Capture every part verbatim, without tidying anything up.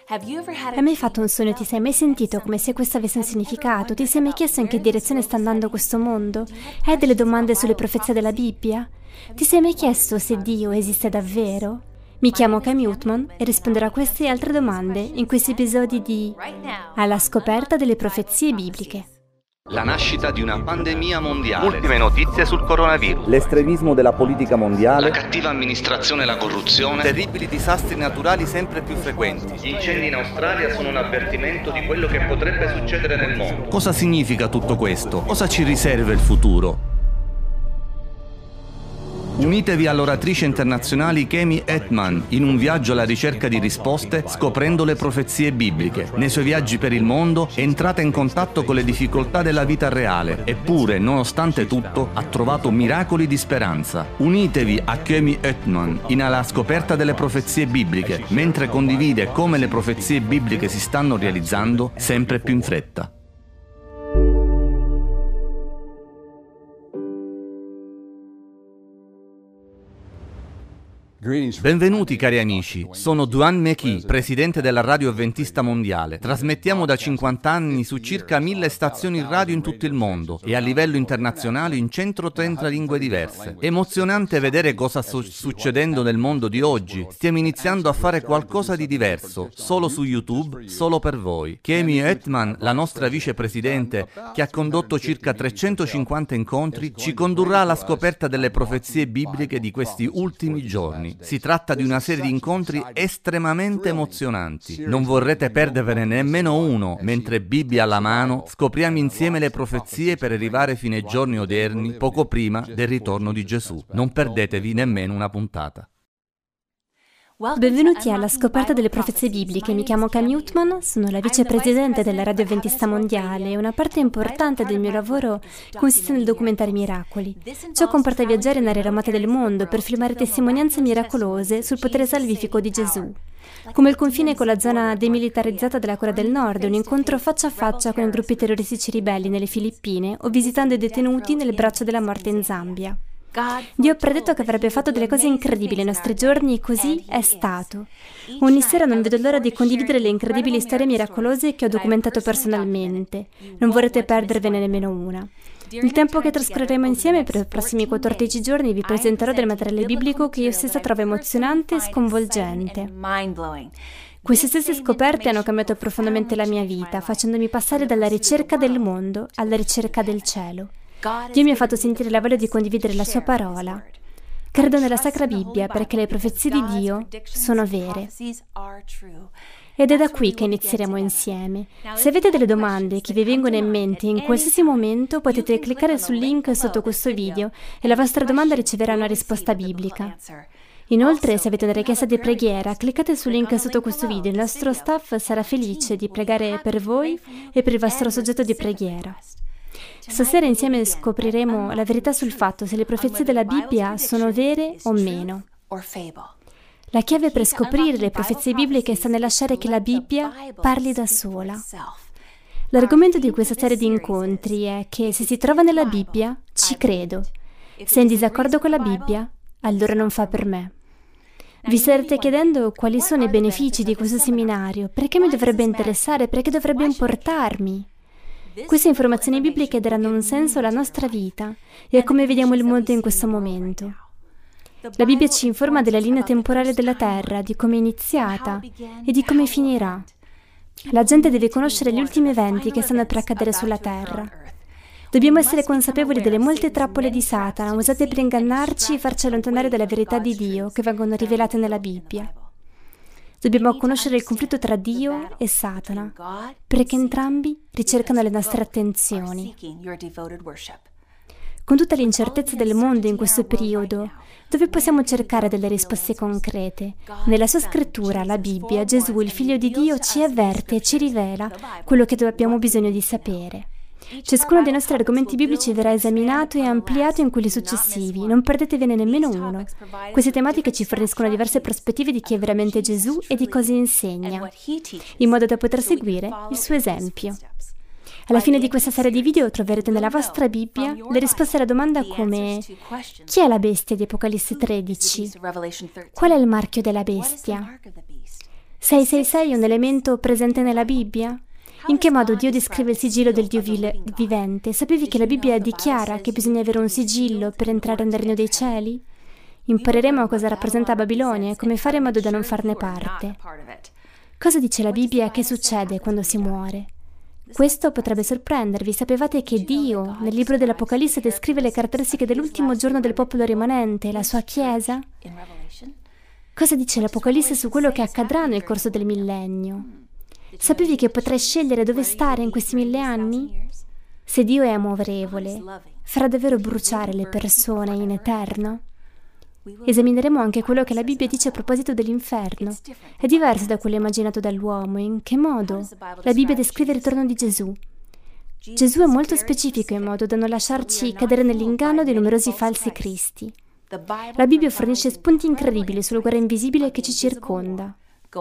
Hai mai fatto un sogno? Ti sei mai sentito come se questo avesse un significato? Ti sei mai chiesto in che direzione sta andando questo mondo? Hai delle domande sulle profezie della Bibbia? Ti sei mai chiesto se Dio esiste davvero? Mi chiamo Cami Utman e risponderò a queste e altre domande in questi episodi di Alla scoperta delle profezie bibliche. La nascita di una pandemia mondiale. Ultime notizie sul coronavirus. L'estremismo della politica mondiale. La cattiva amministrazione e la corruzione. Terribili disastri naturali sempre più frequenti. Gli incendi in Australia sono un avvertimento di quello che potrebbe succedere nel mondo. Cosa significa tutto questo? Cosa ci riserva il futuro? Unitevi all'oratrice internazionale Cami Utman in un viaggio alla ricerca di risposte scoprendo le profezie bibliche. Nei suoi viaggi per il mondo entrate in contatto con le difficoltà della vita reale, eppure, nonostante tutto, ha trovato miracoli di speranza. Unitevi a Cami Utman in Alla scoperta delle profezie bibliche, mentre condivide come le profezie bibliche si stanno realizzando sempre più in fretta. Benvenuti cari amici, sono Duane McKee, presidente della Radio Adventista Mondiale. Trasmettiamo da cinquanta anni su circa mille stazioni radio in tutto il mondo e a livello internazionale in centotrenta lingue diverse. Emozionante vedere cosa sta succedendo nel mondo di oggi. Stiamo iniziando a fare qualcosa di diverso, solo su YouTube, solo per voi. Cami Utman, la nostra vicepresidente, che ha condotto circa trecentocinquanta incontri, ci condurrà alla scoperta delle profezie bibliche di questi ultimi giorni. Si tratta di una serie di incontri estremamente emozionanti. Non vorrete perderne nemmeno uno, mentre Bibbia alla mano scopriamo insieme le profezie per arrivare fino ai giorni odierni, poco prima del ritorno di Gesù. Non perdetevi nemmeno una puntata. Benvenuti alla scoperta delle profezie bibliche. Mi chiamo Cami Utman, sono la vicepresidente della Radio Adventista Mondiale e una parte importante del mio lavoro consiste nel documentare miracoli. Ciò comporta viaggiare nelle ramate del mondo per filmare testimonianze miracolose sul potere salvifico di Gesù. Come il confine con la zona demilitarizzata della Corea del Nord, un incontro faccia a faccia con i gruppi terroristici ribelli nelle Filippine o visitando i detenuti nel braccio della morte in Zambia. Dio ha predetto che avrebbe fatto delle cose incredibili nei nostri giorni e così è stato. Ogni sera non vedo l'ora di condividere le incredibili storie miracolose che ho documentato personalmente. Non vorrete perdervene nemmeno una. Nel tempo che trascorreremo insieme per i prossimi quattordici giorni vi presenterò del materiale biblico che io stessa trovo emozionante e sconvolgente. Queste stesse scoperte hanno cambiato profondamente la mia vita, facendomi passare dalla ricerca del mondo alla ricerca del cielo. Dio mi ha fatto sentire la voglia di condividere la sua parola. Credo nella Sacra Bibbia perché le profezie di Dio sono vere. Ed è da qui che inizieremo insieme. Se avete delle domande che vi vengono in mente in qualsiasi momento, potete cliccare sul link sotto questo video e la vostra domanda riceverà una risposta biblica. Inoltre, se avete una richiesta di preghiera, cliccate sul link sotto questo video. Il nostro staff sarà felice di pregare per voi e per il vostro soggetto di preghiera. Stasera insieme scopriremo la verità sul fatto se le profezie della Bibbia sono vere o meno. La chiave per scoprire le profezie bibliche sta nel lasciare che la Bibbia parli da sola. L'argomento di questa serie di incontri è che se si trova nella Bibbia, ci credo. Se è in disaccordo con la Bibbia, allora non fa per me. Vi starete chiedendo quali sono i benefici di questo seminario, perché mi dovrebbe interessare, perché dovrebbe importarmi. Queste informazioni bibliche daranno un senso alla nostra vita e a come vediamo il mondo in questo momento. La Bibbia ci informa della linea temporale della Terra, di come è iniziata e di come finirà. La gente deve conoscere gli ultimi eventi che stanno per accadere sulla Terra. Dobbiamo essere consapevoli delle molte trappole di Satana usate per ingannarci e farci allontanare dalla verità di Dio che vengono rivelate nella Bibbia. Dobbiamo conoscere il conflitto tra Dio e Satana, perché entrambi ricercano le nostre attenzioni. Con tutta l'incertezza del mondo in questo periodo, dove possiamo cercare delle risposte concrete? Nella sua scrittura, la Bibbia, Gesù, il Figlio di Dio, ci avverte e ci rivela quello che abbiamo bisogno di sapere. Ciascuno dei nostri argomenti biblici verrà esaminato e ampliato in quelli successivi, non perdetevene nemmeno uno. Queste tematiche ci forniscono diverse prospettive di chi è veramente Gesù e di cosa insegna, in modo da poter seguire il suo esempio. Alla fine di questa serie di video troverete nella vostra Bibbia le risposte alla domanda come: chi è la bestia di Apocalisse tredici? Qual è il marchio della bestia? sei sei sei è un elemento presente nella Bibbia? In che modo Dio descrive il sigillo del Dio vile- vivente? Sapevi che la Bibbia dichiara che bisogna avere un sigillo per entrare nel regno dei cieli? Impareremo cosa rappresenta Babilonia e come fare in modo da non farne parte. Cosa dice la Bibbia che succede quando si muore? Questo potrebbe sorprendervi. Sapevate che Dio, nel libro dell'Apocalisse, descrive le caratteristiche dell'ultimo giorno del popolo rimanente, la sua Chiesa? Cosa dice l'Apocalisse su quello che accadrà nel corso del millennio? Sapevi che potrai scegliere dove stare in questi mille anni? Se Dio è amorevole, farà davvero bruciare le persone in eterno? Esamineremo anche quello che la Bibbia dice a proposito dell'inferno. È diverso da quello immaginato dall'uomo. In che modo? La Bibbia descrive il ritorno di Gesù. Gesù è molto specifico in modo da non lasciarci cadere nell'inganno di numerosi falsi cristi. La Bibbia fornisce spunti incredibili sulla guerra invisibile che ci circonda.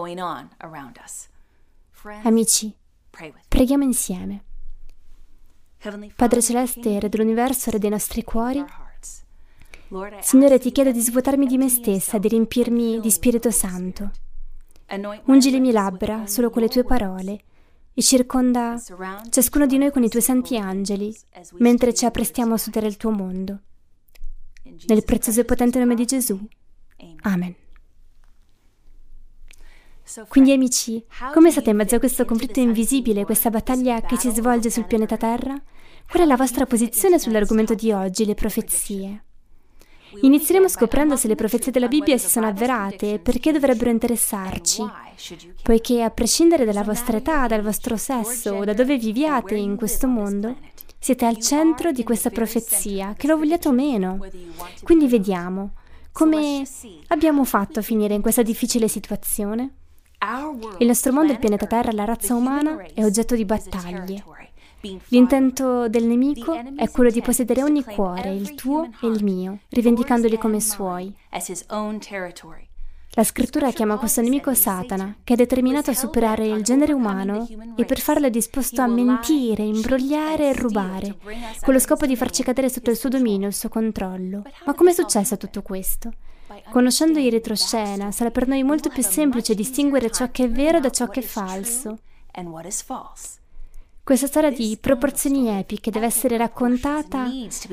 Amici, preghiamo insieme. Padre Celeste, Re dell'universo, Re dei nostri cuori, Signore, ti chiedo di svuotarmi di me stessa, di riempirmi di Spirito Santo. Ungi le mie labbra solo con le tue parole e circonda ciascuno di noi con i tuoi santi angeli, mentre ci apprestiamo a studiare il tuo mondo. Nel prezioso e potente nome di Gesù. Amen. Quindi amici, come state in mezzo a questo conflitto invisibile, questa battaglia che si svolge sul pianeta Terra? Qual è la vostra posizione sull'argomento di oggi, le profezie? Inizieremo scoprendo se le profezie della Bibbia si sono avverate e perché dovrebbero interessarci, poiché a prescindere dalla vostra età, dal vostro sesso o da dove viviate in questo mondo, siete al centro di questa profezia, che lo vogliate o meno. Quindi vediamo come abbiamo fatto a finire in questa difficile situazione. Il nostro mondo, il pianeta Terra, la razza umana, è oggetto di battaglie. L'intento del nemico è quello di possedere ogni cuore, il tuo e il mio, rivendicandoli come suoi. La scrittura chiama questo nemico Satana, che è determinato a superare il genere umano e per farlo è disposto a mentire, imbrogliare e rubare, con lo scopo di farci cadere sotto il suo dominio, il suo controllo. Ma come è successo tutto questo? Conoscendo in retroscena, sarà per noi molto più semplice distinguere ciò che è vero da ciò che è falso. Questa storia di proporzioni epiche deve essere raccontata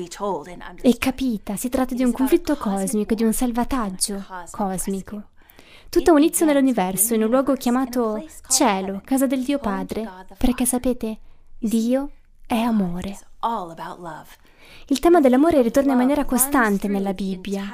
e capita. Si tratta di un conflitto cosmico, di un salvataggio cosmico. Tutto ha un inizio nell'universo, in un luogo chiamato cielo, casa del Dio Padre, perché sapete, Dio è amore. Il tema dell'amore ritorna in maniera costante nella Bibbia.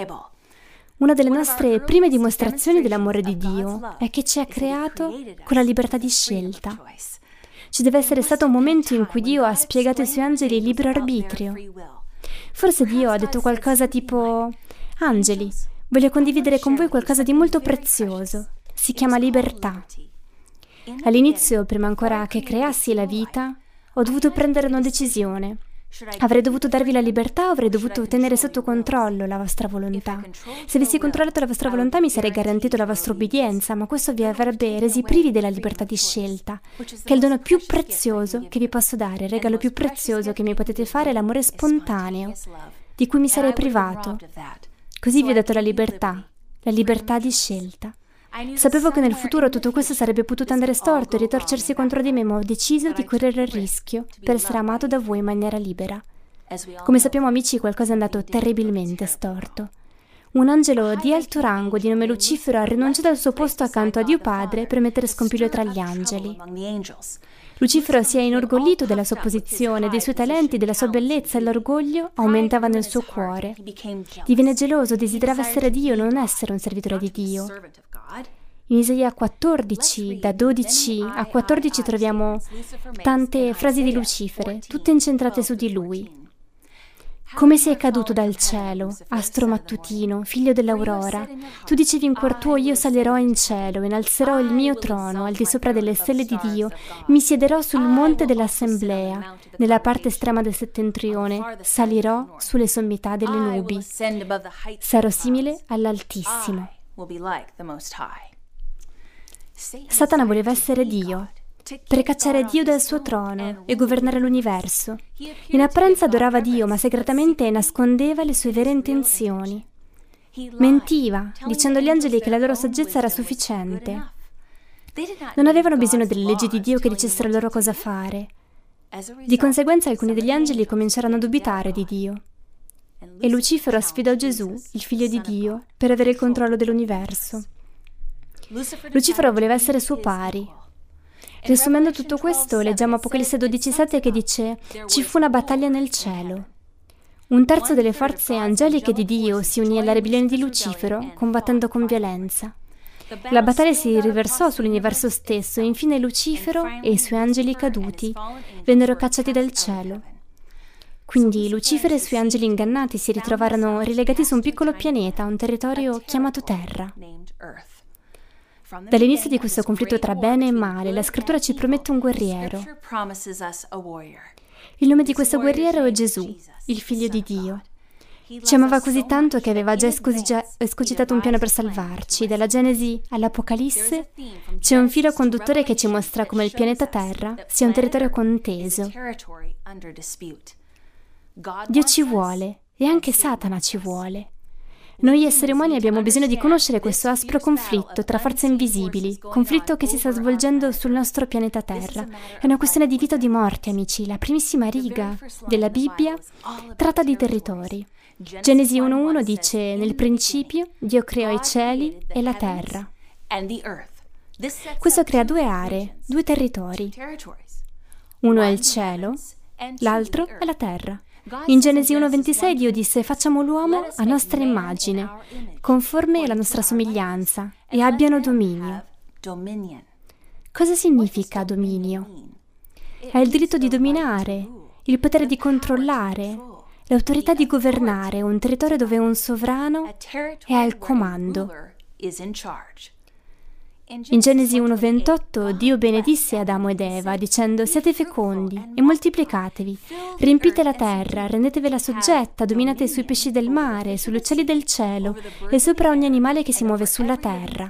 Una delle nostre prime dimostrazioni dell'amore di Dio è che ci ha creato con la libertà di scelta. Ci deve essere stato un momento in cui Dio ha spiegato ai suoi angeli il libero arbitrio. Forse Dio ha detto qualcosa tipo: angeli, voglio condividere con voi qualcosa di molto prezioso. Si chiama libertà. All'inizio, prima ancora che creassi la vita, ho dovuto prendere una decisione. Avrei dovuto darvi la libertà o avrei dovuto tenere sotto controllo la vostra volontà? Se avessi controllato la vostra volontà mi sarei garantito la vostra obbedienza, ma questo vi avrebbe resi privi della libertà di scelta, che è il dono più prezioso che vi posso dare. Il regalo più prezioso che mi potete fare è l'amore spontaneo, di cui mi sarei privato. Così vi ho dato la libertà, la libertà di scelta. Sapevo che nel futuro tutto questo sarebbe potuto andare storto e ritorcersi contro di me, ma ho deciso di correre il rischio per essere amato da voi in maniera libera. Come sappiamo, amici, qualcosa è andato terribilmente storto. Un angelo di alto rango di nome Lucifero ha rinunciato al suo posto accanto a Dio Padre per mettere scompiglio tra gli angeli. Lucifero si è inorgoglito della sua posizione, dei suoi talenti, della sua bellezza, e l'orgoglio aumentava nel suo cuore. Divenne geloso, desiderava essere Dio, non essere un servitore di Dio. In Isaia quattordici, da dodici a quattordici, troviamo tante frasi di Lucifere, tutte incentrate su di lui. Come sei caduto dal cielo, astro mattutino, figlio dell'aurora. Tu dicevi in cuor tuo: io salirò in cielo, innalzerò il mio trono al di sopra delle stelle di Dio, mi siederò sul monte dell'assemblea, nella parte estrema del settentrione, salirò sulle sommità delle nubi, sarò simile all'Altissimo. Satana voleva essere Dio, per cacciare Dio dal suo trono e governare l'universo. In apparenza adorava Dio, ma segretamente nascondeva le sue vere intenzioni. Mentiva, dicendo agli angeli che la loro saggezza era sufficiente. Non avevano bisogno delle leggi di Dio che dicessero loro cosa fare. Di conseguenza alcuni degli angeli cominciarono a dubitare di Dio. E Lucifero sfidò Gesù, il figlio di Dio, per avere il controllo dell'universo. Lucifero voleva essere suo pari. Riassumendo tutto questo, leggiamo Apocalisse dodici sette che dice: «Ci fu una battaglia nel cielo. Un terzo delle forze angeliche di Dio si unì alla ribellione di Lucifero, combattendo con violenza. La battaglia si riversò sull'universo stesso e infine Lucifero e i suoi angeli caduti vennero cacciati dal cielo. Quindi Lucifero e i suoi angeli ingannati si ritrovarono relegati su un piccolo pianeta, un territorio chiamato Terra. Dall'inizio di questo conflitto tra bene e male, la scrittura ci promette un guerriero. Il nome di questo guerriero è Gesù, il figlio di Dio. Ci amava così tanto che aveva già escogitato un piano per salvarci. Dalla Genesi all'Apocalisse c'è un filo conduttore che ci mostra come il pianeta Terra sia un territorio conteso. Dio ci vuole e anche Satana ci vuole. Noi esseri umani abbiamo bisogno di conoscere questo aspro conflitto tra forze invisibili, conflitto che si sta svolgendo sul nostro pianeta Terra. È una questione di vita o di morte, amici. La primissima riga della Bibbia tratta di territori. Genesi uno uno dice: «Nel principio Dio creò i cieli e la terra». Questo crea due aree, due territori. Uno è il cielo, l'altro è la terra. In Genesi uno ventisei Dio disse: «Facciamo l'uomo a nostra immagine, conforme alla nostra somiglianza, e abbiano dominio». Cosa significa dominio? È il diritto di dominare, il potere di controllare, l'autorità di governare un territorio dove un sovrano è al comando. In Genesi uno ventotto Dio benedisse Adamo ed Eva dicendo: «Siate fecondi e moltiplicatevi, riempite la terra, rendetevela soggetta, dominate sui pesci del mare, sugli uccelli del cielo e sopra ogni animale che si muove sulla terra».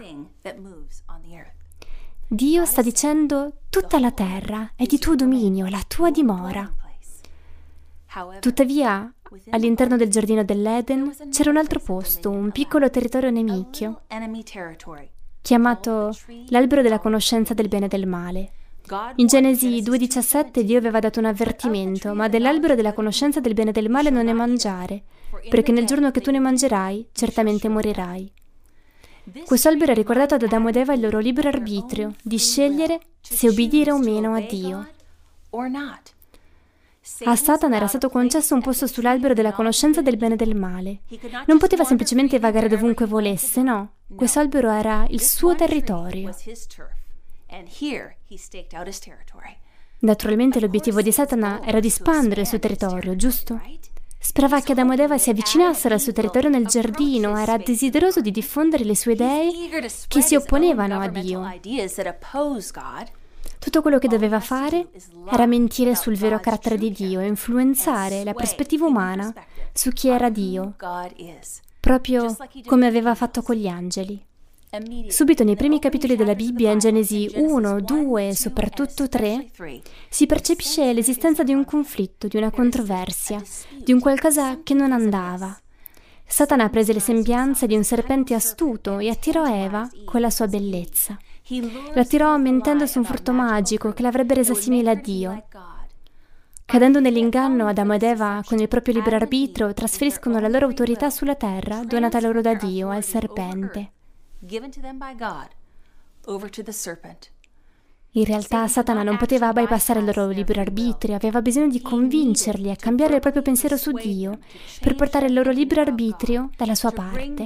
Dio sta dicendo: tutta la terra è di tuo dominio, la tua dimora. Tuttavia, all'interno del giardino dell'Eden c'era un altro posto, un piccolo territorio nemico, chiamato l'albero della conoscenza del bene e del male. In Genesi due diciassette Dio aveva dato un avvertimento: «Ma dell'albero della conoscenza del bene e del male non ne mangiare, perché nel giorno che tu ne mangerai, certamente morirai». Questo albero ha ricordato ad Adamo ed Eva il loro libero arbitrio di scegliere se obbedire o meno a Dio. A Satana era stato concesso un posto sull'albero della conoscenza del bene e del male. Non poteva semplicemente vagare dovunque volesse, no. Questo albero era il suo territorio. Naturalmente l'obiettivo di Satana era di espandere il suo territorio, giusto? Sperava che Adamo ed Eva si avvicinassero al suo territorio nel giardino, era desideroso di diffondere le sue idee che si opponevano a Dio. Tutto quello che doveva fare era mentire sul vero carattere di Dio e influenzare la prospettiva umana su chi era Dio, proprio come aveva fatto con gli angeli. Subito nei primi capitoli della Bibbia, in Genesi uno, due e soprattutto tre, si percepisce l'esistenza di un conflitto, di una controversia, di un qualcosa che non andava. Satana prese le sembianze di un serpente astuto e attirò Eva con la sua bellezza. L'attirò mentendo su un frutto magico che l'avrebbe resa simile a Dio. Cadendo nell'inganno, Adamo ed Eva, con il proprio libero arbitrio, trasferiscono la loro autorità sulla terra, donata loro da Dio, al serpente. In realtà Satana non poteva bypassare il loro libero arbitrio, aveva bisogno di convincerli a cambiare il proprio pensiero su Dio per portare il loro libero arbitrio dalla sua parte.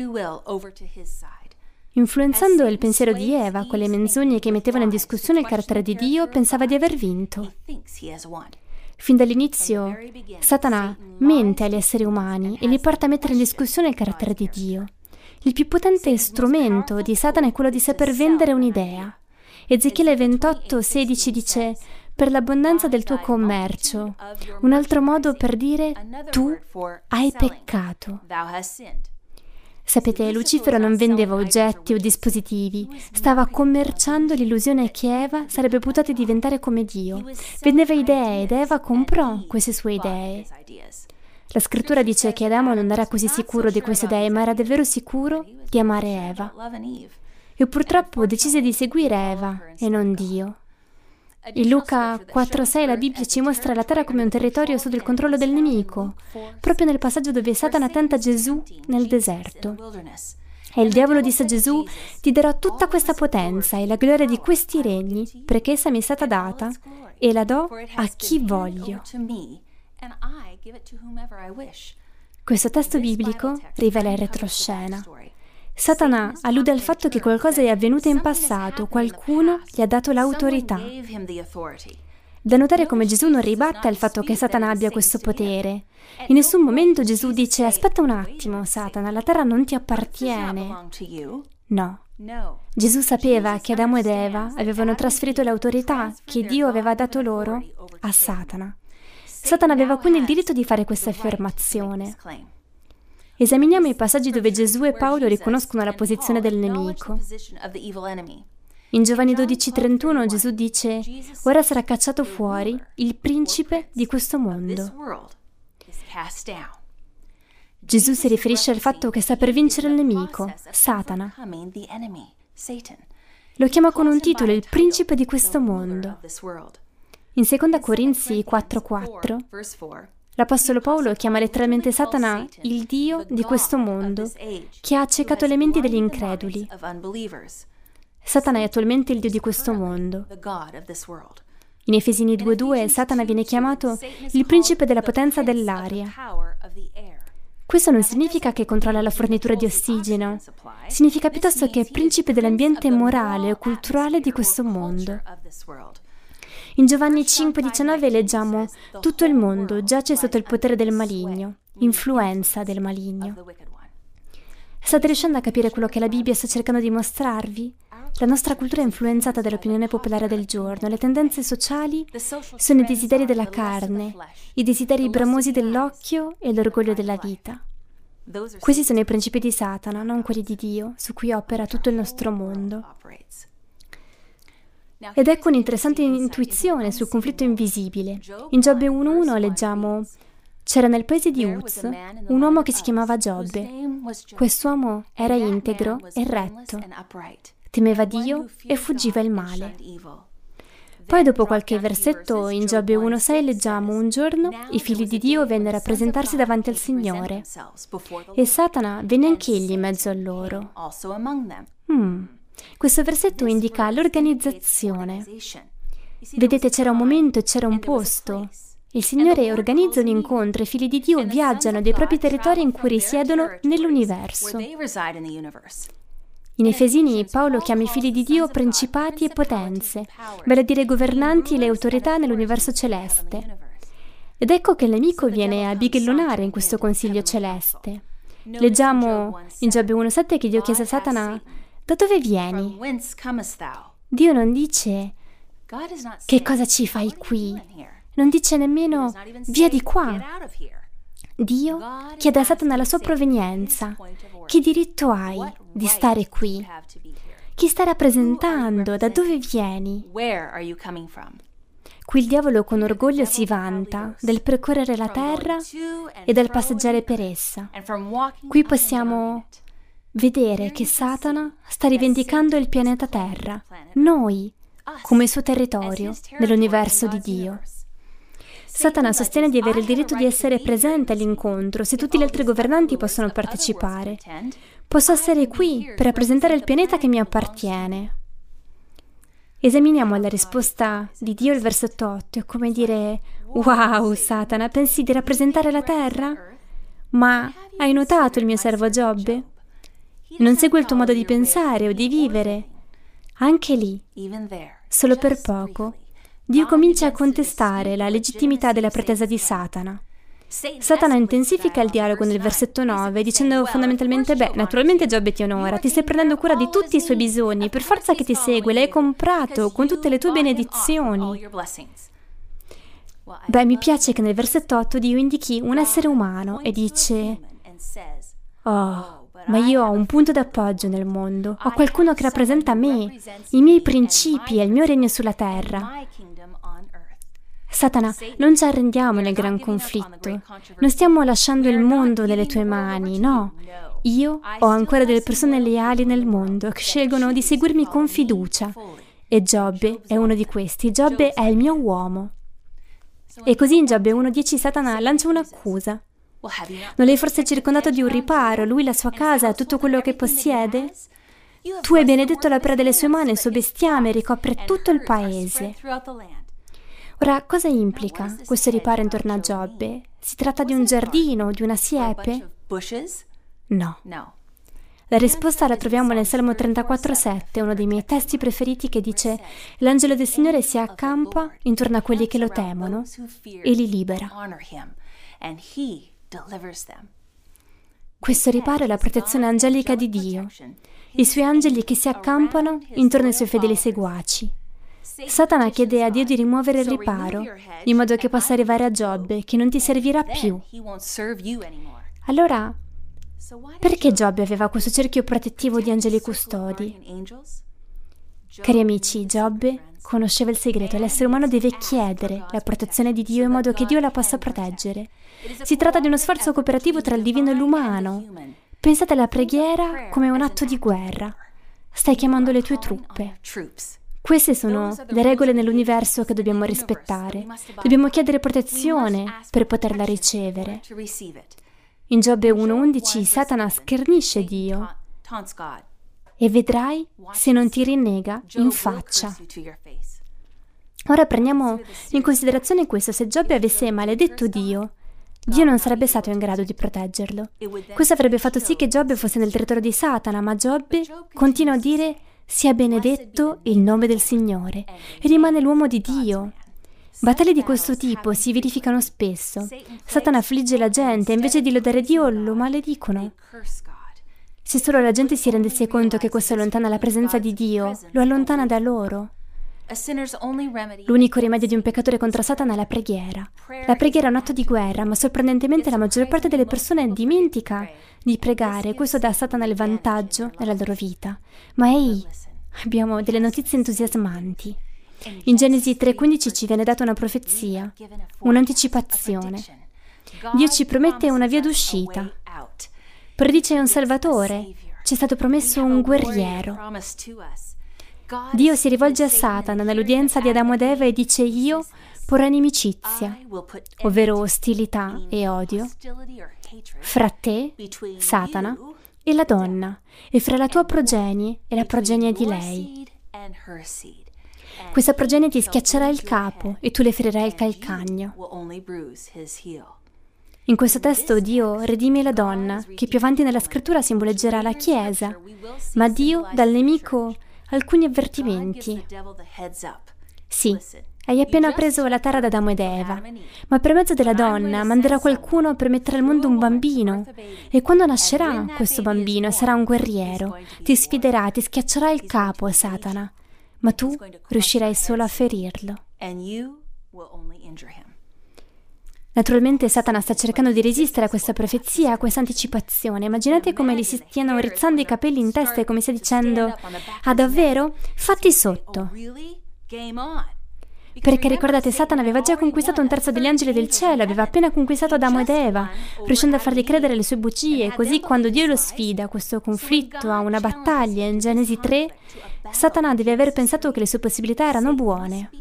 Influenzando il pensiero di Eva con le menzogne che mettevano in discussione il carattere di Dio, pensava di aver vinto. Fin dall'inizio, Satana mente agli esseri umani e li porta a mettere in discussione il carattere di Dio. Il più potente strumento di Satana è quello di saper vendere un'idea. Ezechiele ventotto sedici dice: «Per l'abbondanza del tuo commercio», un altro modo per dire «tu hai peccato». Sapete, Lucifero non vendeva oggetti o dispositivi, stava commerciando l'illusione che Eva sarebbe potuta diventare come Dio. Vendeva idee ed Eva comprò queste sue idee. La scrittura dice che Adamo non era così sicuro di queste idee, ma era davvero sicuro di amare Eva. e purtroppo decise di seguire Eva e non Dio. In Luca quattro sei la Bibbia ci mostra la terra come un territorio sotto il controllo del nemico, proprio nel passaggio dove Satana tenta Gesù nel deserto. E il diavolo disse a Gesù: ti darò tutta questa potenza e la gloria di questi regni, perché essa mi è stata data e la do a chi voglio. Questo testo biblico rivela il retroscena. Satana allude al fatto che qualcosa è avvenuto in passato, qualcuno gli ha dato l'autorità. Da notare come Gesù non ribatta il fatto che Satana abbia questo potere. In nessun momento Gesù dice: aspetta un attimo, Satana, la terra non ti appartiene. No. Gesù sapeva che Adamo ed Eva avevano trasferito l'autorità che Dio aveva dato loro a Satana. Satana aveva quindi il diritto di fare questa affermazione. Esaminiamo i passaggi dove Gesù e Paolo riconoscono la posizione del nemico. In Giovanni dodici trentuno Gesù dice: ora sarà cacciato fuori il principe di questo mondo. Gesù si riferisce al fatto che sta per vincere il nemico, Satana. Lo chiama con un titolo, il principe di questo mondo. In seconda Corinzi quattro quattro l'Apostolo Paolo chiama letteralmente Satana il Dio di questo mondo, che ha accecato le menti degli increduli. Satana è attualmente il Dio di questo mondo. In Efesini due due Satana viene chiamato il principe della potenza dell'aria. Questo non significa che controlla la fornitura di ossigeno, significa piuttosto che è principe dell'ambiente morale e culturale di questo mondo. In Giovanni cinque diciannove leggiamo: tutto il mondo giace sotto il potere del maligno, influenza del maligno. State riuscendo a capire quello che la Bibbia sta cercando di mostrarvi? La nostra cultura è influenzata dall'opinione popolare del giorno. Le tendenze sociali sono i desideri della carne, i desideri bramosi dell'occhio e l'orgoglio della vita. Questi sono i principi di Satana, non quelli di Dio, su cui opera tutto il nostro mondo. Ed ecco un'interessante intuizione sul conflitto invisibile. In Giobbe uno uno leggiamo: c'era nel paese di Uz un uomo che si chiamava Giobbe. Quest'uomo era integro e retto, temeva Dio e fuggiva il male. Poi dopo qualche versetto in Giobbe uno sei leggiamo: un giorno i figli di Dio vennero a presentarsi davanti al Signore e Satana venne anch'egli in mezzo a loro. Hmm. Questo versetto indica l'organizzazione. Vedete, c'era un momento e c'era un posto. Il Signore organizza un incontro e i figli di Dio viaggiano dai propri territori in cui risiedono nell'universo. In Efesini Paolo chiama i figli di Dio principati e potenze, vale a dire governanti e le autorità nell'universo celeste. Ed ecco che il nemico viene a bighellonare in questo consiglio celeste. Leggiamo in Giobbe uno sette che Dio chiese a Satana: da dove vieni? Dio non dice: che cosa ci fai qui? Non dice nemmeno: via di qua. Dio chiede a Satana la sua provenienza. Che diritto hai di stare qui? Chi stai rappresentando? Da dove vieni? Qui il diavolo con orgoglio si vanta del percorrere la terra e del passeggiare per essa. Qui possiamo vedere che Satana sta rivendicando il pianeta Terra, noi, come suo territorio nell'universo di Dio. Satana sostiene di avere il diritto di essere presente all'incontro se tutti gli altri governanti possono partecipare. Posso essere qui per rappresentare il pianeta che mi appartiene. Esaminiamo la risposta di Dio al versetto otto. È come dire: wow, Satana, pensi di rappresentare la Terra? Ma hai notato il mio servo Giobbe? Non segue il tuo modo di pensare o di vivere. Anche lì, solo per poco, Dio comincia a contestare la legittimità della pretesa di Satana. Satana intensifica il dialogo nel versetto nove dicendo fondamentalmente: beh, naturalmente Giobbe ti onora, ti stai prendendo cura di tutti i suoi bisogni, per forza che ti segue, l'hai comprato con tutte le tue benedizioni. Beh, mi piace che nel versetto otto Dio indichi un essere umano e dice: oh, ma io ho un punto d'appoggio nel mondo, ho qualcuno che rappresenta me, i miei principi e il mio regno sulla terra. Satana, non ci arrendiamo nel gran conflitto, non stiamo lasciando il mondo nelle tue mani, no. Io ho ancora delle persone leali nel mondo che scelgono di seguirmi con fiducia. E Giobbe è uno di questi. Giobbe è il mio uomo. E così in Giobbe uno dieci Satana lancia un'accusa. Non l'hai forse circondato di un riparo, lui, la sua casa, tutto quello che possiede? Tu hai benedetto l'opera delle sue mani, il suo bestiame ricopre tutto il paese. Ora, cosa implica questo riparo intorno a Giobbe? Si tratta di un giardino, di una siepe? No. La risposta la troviamo nel Salmo trentaquattro sette, uno dei miei testi preferiti, che dice: l'angelo del Signore si accampa intorno a quelli che lo temono e li libera. Questo riparo è la protezione angelica di Dio, i suoi angeli che si accampano intorno ai suoi fedeli seguaci. Satana chiede a Dio di rimuovere il riparo, in modo che possa arrivare a Giobbe, che non ti servirà più. Allora, perché Giobbe aveva questo cerchio protettivo di angeli custodi? Cari amici, Giobbe conosceva il segreto. L'essere umano deve chiedere la protezione di Dio in modo che Dio la possa proteggere. Si tratta di uno sforzo cooperativo tra il divino e l'umano. Pensate alla preghiera come un atto di guerra. Stai chiamando le tue truppe. Queste sono le regole nell'universo che dobbiamo rispettare. Dobbiamo chiedere protezione per poterla ricevere. In Giobbe uno undici Satana schernisce Dio. E vedrai se non ti rinnega in faccia. Ora prendiamo in considerazione questo: se Giobbe avesse maledetto Dio, Dio non sarebbe stato in grado di proteggerlo. Questo avrebbe fatto sì che Giobbe fosse nel territorio di Satana, ma Giobbe continua a dire: sia benedetto il nome del Signore, e rimane l'uomo di Dio. Battaglie di questo tipo si verificano spesso. Satana affligge la gente e invece di lodare Dio lo maledicono. Se solo la gente si rendesse conto che questo allontana la presenza di Dio, lo allontana da loro. L'unico rimedio di un peccatore contro Satana è la preghiera. La preghiera è un atto di guerra, ma sorprendentemente la maggior parte delle persone dimentica di pregare. Questo dà a Satana il vantaggio nella loro vita. Ma ehi, abbiamo delle notizie entusiasmanti. In Genesi tre quindici ci viene data una profezia, un'anticipazione. Dio ci promette una via d'uscita. Predice un Salvatore. Ci è stato promesso un guerriero. Dio si rivolge a Satana nell'udienza di Adamo ed Eva e dice: io porrò inimicizia, ovvero ostilità e odio, fra te, Satana, e la donna, e fra la tua progenie e la progenie di lei. Questa progenie ti schiaccerà il capo e tu le ferirai il calcagno. In questo testo Dio redime la donna, che più avanti nella scrittura simboleggerà la Chiesa, ma Dio dà al nemico alcuni avvertimenti. Sì, hai appena preso la terra da Adamo ed Eva, ma per mezzo della donna manderà qualcuno per mettere al mondo un bambino, e quando nascerà questo bambino sarà un guerriero, ti sfiderà, ti schiaccerà il capo, Satana, ma tu riuscirai solo a ferirlo. Naturalmente Satana sta cercando di resistere a questa profezia, a questa anticipazione. Immaginate come gli si stiano rizzando i capelli in testa e come stia dicendo: ah, davvero? Fatti sotto. Perché ricordate, Satana aveva già conquistato un terzo degli angeli del cielo, aveva appena conquistato Adamo ed Eva, riuscendo a fargli credere le sue bugie. Così quando Dio lo sfida a questo conflitto, a una battaglia in Genesi tre, Satana deve aver pensato che le sue possibilità erano buone.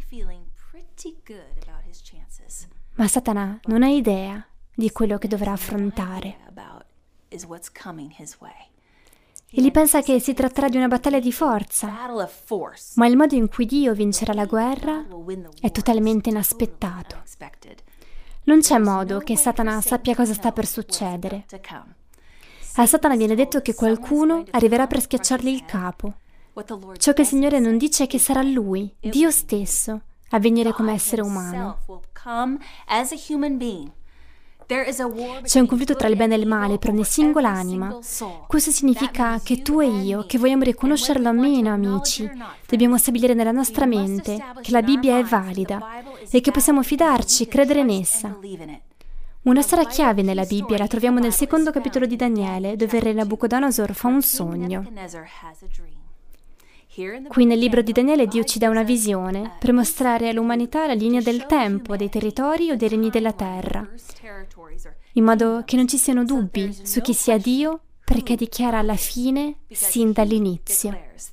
Ma Satana non ha idea di quello che dovrà affrontare. Egli pensa che si tratterà di una battaglia di forza, ma il modo in cui Dio vincerà la guerra è totalmente inaspettato. Non c'è modo che Satana sappia cosa sta per succedere. A Satana viene detto che qualcuno arriverà per schiacciargli il capo. Ciò che il Signore non dice è che sarà Lui, Dio stesso, a venire come essere umano. C'è un conflitto tra il bene e il male per ogni singola anima. Questo significa che tu e io, che vogliamo riconoscerlo o meno, amici, dobbiamo stabilire nella nostra mente che la Bibbia è valida e che possiamo fidarci, credere in essa. Una storia chiave nella Bibbia la troviamo nel secondo capitolo di Daniele, dove il re Nabucodonosor fa un sogno. Qui nel libro di Daniele Dio ci dà una visione per mostrare all'umanità la linea del tempo, dei territori o dei regni della terra, in modo che non ci siano dubbi su chi sia Dio perché dichiara la fine sin dall'inizio.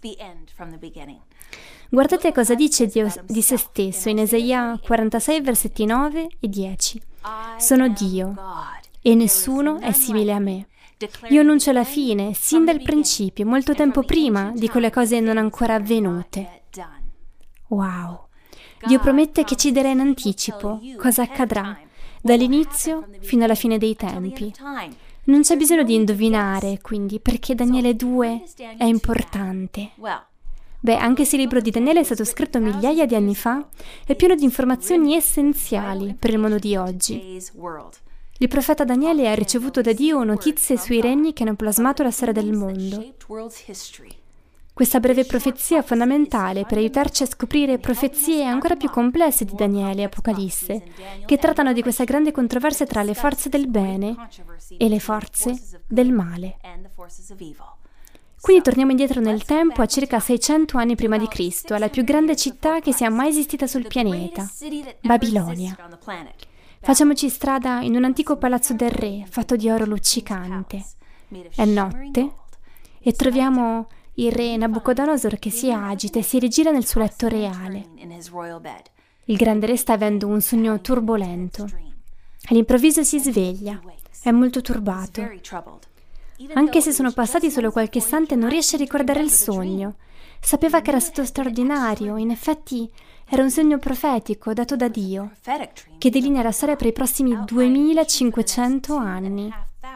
Guardate cosa dice Dio di se stesso in Esaia quarantasei, versetti nove e dieci. Sono Dio e nessuno è simile a me. Io annuncio la fine sin dal principio, molto tempo prima di quelle cose non ancora avvenute. Wow! Dio promette che ci dirà in anticipo cosa accadrà, dall'inizio fino alla fine dei tempi. Non c'è bisogno di indovinare, quindi, perché Daniele due è importante. Beh, anche se il libro di Daniele è stato scritto migliaia di anni fa, è pieno di informazioni essenziali per il mondo di oggi. Il profeta Daniele ha ricevuto da Dio notizie sui regni che hanno plasmato la storia del mondo. Questa breve profezia è fondamentale per aiutarci a scoprire profezie ancora più complesse di Daniele e Apocalisse, che trattano di questa grande controversia tra le forze del bene e le forze del male. Quindi torniamo indietro nel tempo a circa seicento anni prima di Cristo, alla più grande città che sia mai esistita sul pianeta, Babilonia. Facciamoci strada in un antico palazzo del re, fatto di oro luccicante. È notte e troviamo il re Nabucodonosor che si agita e si rigira nel suo letto reale. Il grande re sta avendo un sogno turbolento. All'improvviso si sveglia. È molto turbato. Anche se sono passati solo qualche istante, non riesce a ricordare il sogno. Sapeva che era stato straordinario. In effetti era un sogno profetico dato da Dio, che delinea la storia per i prossimi duemilacinquecento anni.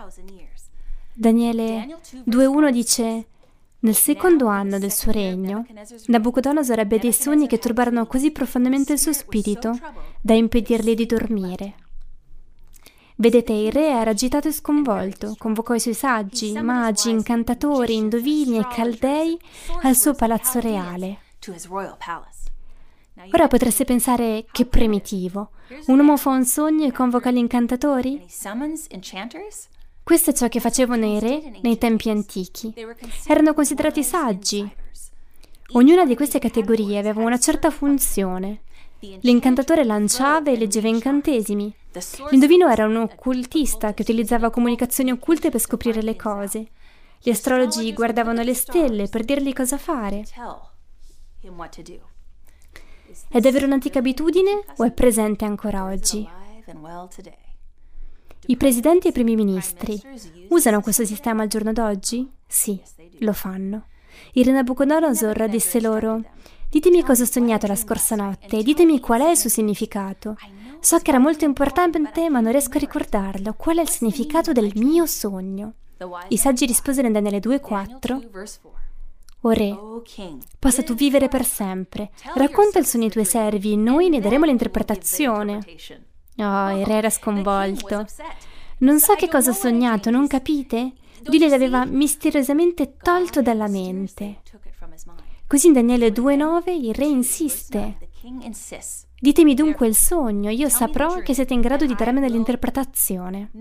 Daniele due uno dice: nel secondo anno del suo regno, Nabucodonosor ebbe dei sogni che turbarono così profondamente il suo spirito da impedirgli di dormire. Vedete, il re era agitato e sconvolto, convocò i suoi saggi, magi, incantatori, indovini e caldei al suo palazzo reale. Ora potreste pensare che primitivo. Un uomo fa un sogno e convoca gli incantatori? Questo è ciò che facevano i re nei tempi antichi. Erano considerati saggi. Ognuna di queste categorie aveva una certa funzione. L'incantatore lanciava e leggeva incantesimi. L'indovino era un occultista che utilizzava comunicazioni occulte per scoprire le cose. Gli astrologi guardavano le stelle per dirgli cosa fare. È davvero un'antica abitudine o è presente ancora oggi? I presidenti e i primi ministri usano questo sistema al giorno d'oggi? Sì, lo fanno. Il re Nabucodonosor disse loro: ditemi cosa ho sognato la scorsa notte e ditemi qual è il suo significato. So che era molto importante, ma non riesco a ricordarlo. Qual è il significato del mio sogno? I saggi risposero in Daniele due quattro: o re, possa tu vivere per sempre. Racconta il sogno ai tuoi servi, noi ne daremo l'interpretazione. Oh, il re era sconvolto. Non so che cosa ho sognato, non capite? Dio gliel'aveva misteriosamente tolto dalla mente. Così in Daniele due nove il re insiste: ditemi dunque il sogno, io saprò che siete in grado di darmene l'interpretazione.